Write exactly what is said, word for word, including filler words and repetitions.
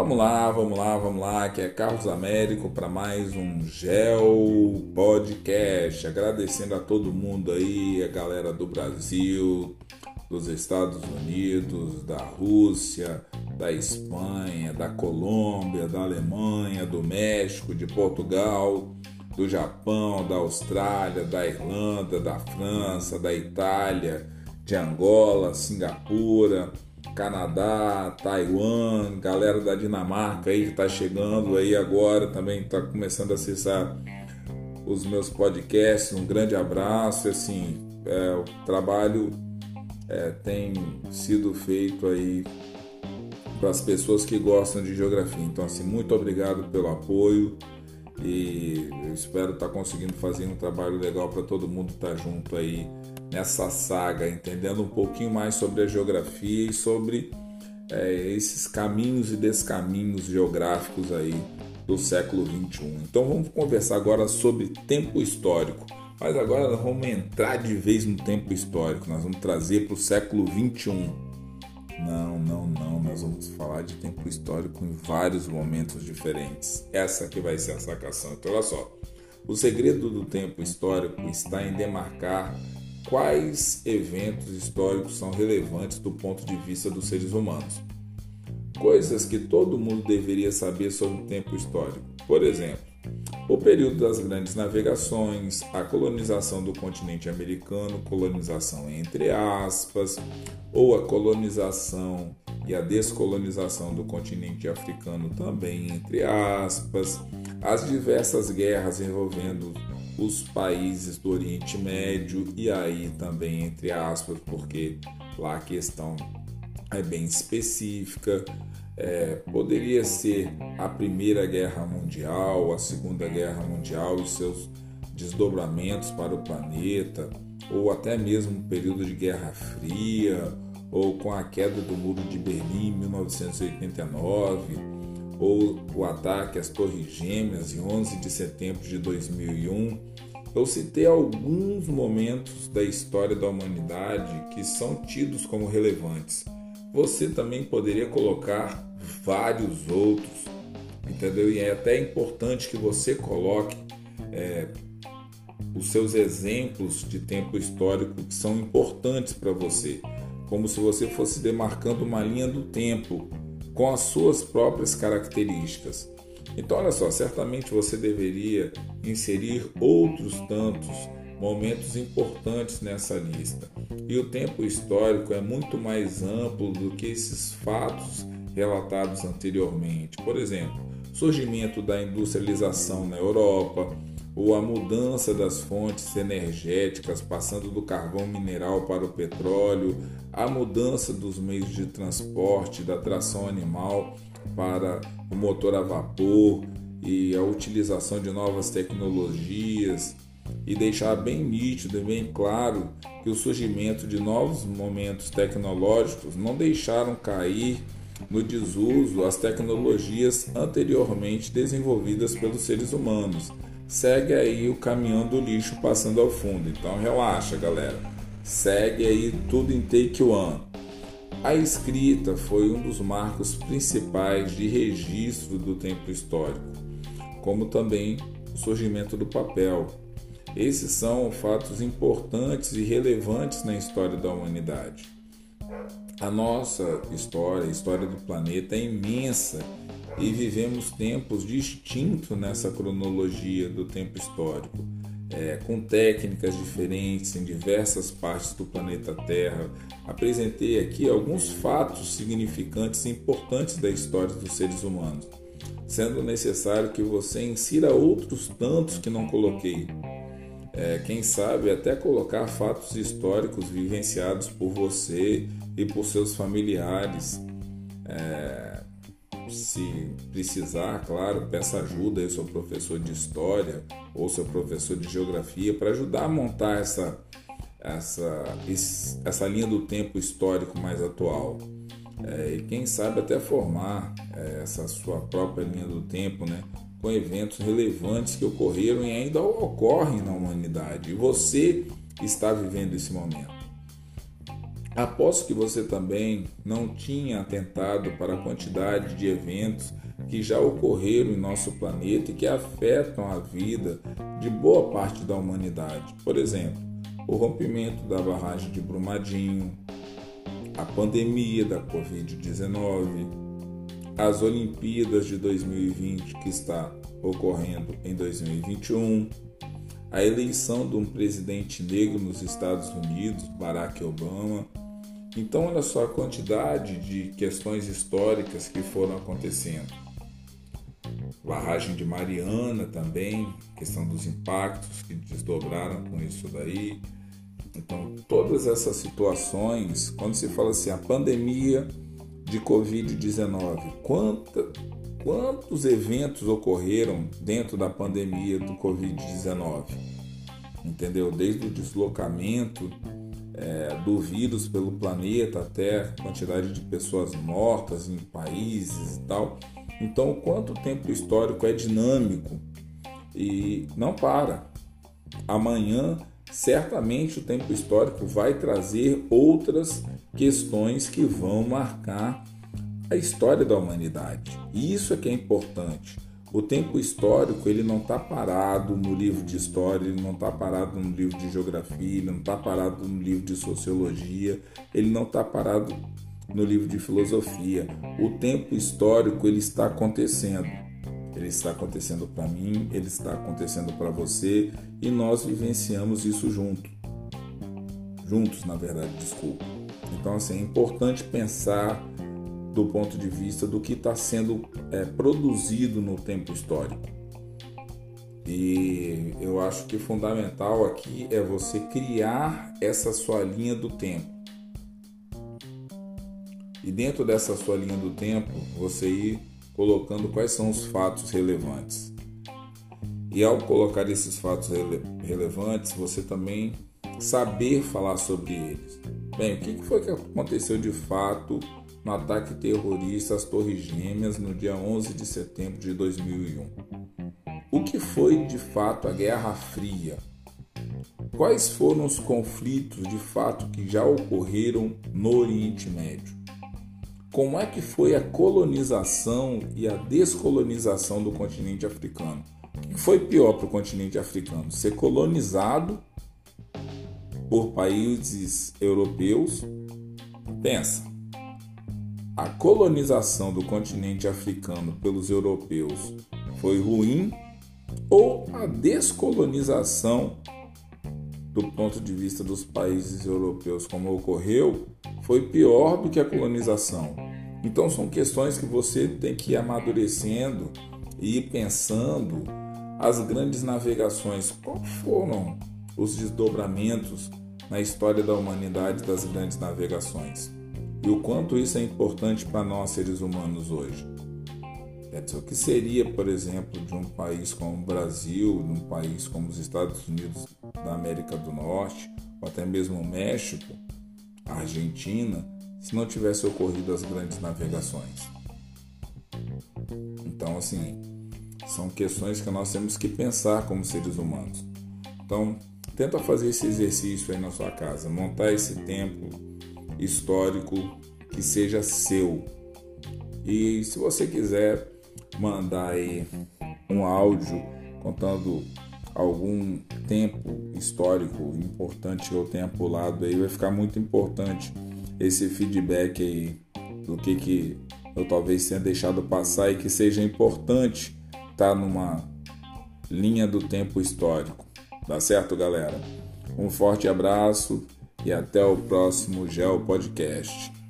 Vamos lá, vamos lá, vamos lá, que é Carlos Américo para mais um Geo Podcast. Agradecendo a todo mundo aí, a galera do Brasil, dos Estados Unidos, da Rússia, da Espanha, da Colômbia, da Alemanha, do México, de Portugal, do Japão, da Austrália, da Irlanda, da França, da Itália, de Angola, Singapura, Canadá, Taiwan, galera da Dinamarca aí que está chegando aí agora, também está começando a acessar os meus podcasts. Um grande abraço. Assim, é, o trabalho é, tem sido feito aí para as pessoas que gostam de geografia. Então, assim, muito obrigado pelo apoio e eu espero estar conseguindo fazer um trabalho legal para todo mundo estar junto aí nessa saga, entendendo um pouquinho mais sobre a geografia e sobre é, esses caminhos e descaminhos geográficos aí do século vinte e um. Então vamos conversar agora sobre tempo histórico, mas agora nós vamos entrar de vez no tempo histórico, nós vamos trazer para o século vinte e um. Não, não, não, nós vamos falar de tempo histórico em vários momentos diferentes. Essa que vai ser a sacação. Então olha só, o segredo do tempo histórico está em demarcar quais eventos históricos são relevantes do ponto de vista dos seres humanos. Coisas que todo mundo deveria saber sobre o tempo histórico. Por exemplo, o período das grandes navegações, a colonização do continente americano, colonização entre aspas, ou a colonização e a descolonização do continente africano também entre aspas, as diversas guerras envolvendo os países do Oriente Médio, e aí também entre aspas, porque lá a questão é bem específica. É, poderia ser a Primeira Guerra Mundial, a Segunda Guerra Mundial e seus desdobramentos para o planeta, ou até mesmo um período de Guerra Fria, ou com a queda do Muro de Berlim em mil novecentos e oitenta e nove, ou o ataque às Torres Gêmeas em onze de setembro de dois mil e um. Eu citei alguns momentos da história da humanidade que são tidos como relevantes. Você também poderia colocar vários outros, entendeu? E é até importante que você coloque é, os seus exemplos de tempo histórico que são importantes para você, como se você fosse demarcando uma linha do tempo com as suas próprias características. Então, olha só, certamente você deveria inserir outros tantos momentos importantes nessa lista. E o tempo histórico é muito mais amplo do que esses fatos relatados anteriormente. Por exemplo, surgimento da industrialização na Europa, ou a mudança das fontes energéticas, passando do carvão mineral para o petróleo, a mudança dos meios de transporte, da tração animal para o motor a vapor e a utilização de novas tecnologias, e deixar bem nítido e bem claro que o surgimento de novos momentos tecnológicos não deixaram cair no desuso as tecnologias anteriormente desenvolvidas pelos seres humanos. Segue aí o caminhão do lixo passando ao fundo, então relaxa, galera. Segue aí tudo em take one. A escrita foi um dos marcos principais de registro do tempo histórico, como também o surgimento do papel. Esses são fatos importantes e relevantes na história da humanidade. A nossa história, a história do planeta é imensa e vivemos tempos distintos nessa cronologia do tempo histórico, é, com técnicas diferentes em diversas partes do planeta Terra. Apresentei aqui alguns fatos significantes e importantes da história dos seres humanos, sendo necessário que você insira outros tantos que não coloquei. É, quem sabe até colocar fatos históricos vivenciados por você e por seus familiares. É, se precisar, claro, peça ajuda aí ao seu professor de história ou seu professor de geografia para ajudar a montar essa, essa, essa linha do tempo histórico mais atual. É, e quem sabe até formar é, essa sua própria linha do tempo, né, com eventos relevantes que ocorreram e ainda ocorrem na humanidade. E você está vivendo esse momento. Aposto que você também não tinha atentado para a quantidade de eventos que já ocorreram em nosso planeta e que afetam a vida de boa parte da humanidade. Por exemplo, o rompimento da barragem de Brumadinho, a pandemia da covid dezenove, as Olimpíadas de dois mil e vinte que está ocorrendo em dois mil e vinte e um, a eleição de um presidente negro nos Estados Unidos, Barack Obama. Então, olha só a quantidade de questões históricas que foram acontecendo. Barragem de Mariana também, questão dos impactos que desdobraram com isso daí. Então, todas essas situações, quando se fala assim, a pandemia de covid dezenove, quanta, quantos eventos ocorreram dentro da pandemia do covid dezenove? Entendeu? Desde o deslocamento é, do vírus pelo planeta até a quantidade de pessoas mortas em países e tal. Então, o quanto o tempo histórico é dinâmico e não para. Amanhã, certamente, o tempo histórico vai trazer outras questões que vão marcar a história da humanidade. E isso é que é importante. O tempo histórico ele não está parado no livro de história, ele não está parado no livro de geografia, ele não está parado no livro de sociologia, ele não está parado no livro de filosofia. O tempo histórico ele está acontecendo. Ele está acontecendo para mim, ele está acontecendo para você e nós vivenciamos isso junto. Juntos, na verdade, desculpa. Então, assim, é importante pensar do ponto de vista do que está sendo é, produzido no tempo histórico. E eu acho que fundamental aqui é você criar essa sua linha do tempo. E dentro dessa sua linha do tempo, você ir colocando quais são os fatos relevantes. E ao colocar esses fatos rele- relevantes, você também saber falar sobre eles. Bem, o que foi que aconteceu de fato no ataque terrorista às Torres Gêmeas no dia onze de setembro de dois mil e um? O que foi de fato a Guerra Fria? Quais foram os conflitos de fato que já ocorreram no Oriente Médio? Como é que foi a colonização e a descolonização do continente africano? O que foi pior para o continente africano? Ser colonizado por países europeus? Pensa, a colonização do continente africano pelos europeus foi ruim ou a descolonização do ponto de vista dos países europeus, como ocorreu, foi pior do que a colonização? Então são questões que você tem que ir amadurecendo e ir pensando as grandes navegações. Quais foram os desdobramentos na história da humanidade das grandes navegações? E o quanto isso é importante para nós seres humanos hoje? É dizer, o que seria, por exemplo, de um país como o Brasil, de um país como os Estados Unidos da América do Norte, ou até mesmo o México, a Argentina, se não tivesse ocorrido as grandes navegações? Então, assim, são questões que nós temos que pensar como seres humanos. Então, tenta fazer esse exercício aí na sua casa, montar esse tempo histórico que seja seu. E se você quiser mandar aí um áudio contando algum tempo histórico importante que eu tenha pulado aí, vai ficar muito importante esse feedback aí do que, que eu talvez tenha deixado passar e que seja importante estar numa linha do tempo histórico. Tá certo, galera? Um forte abraço e até o próximo Geo Podcast.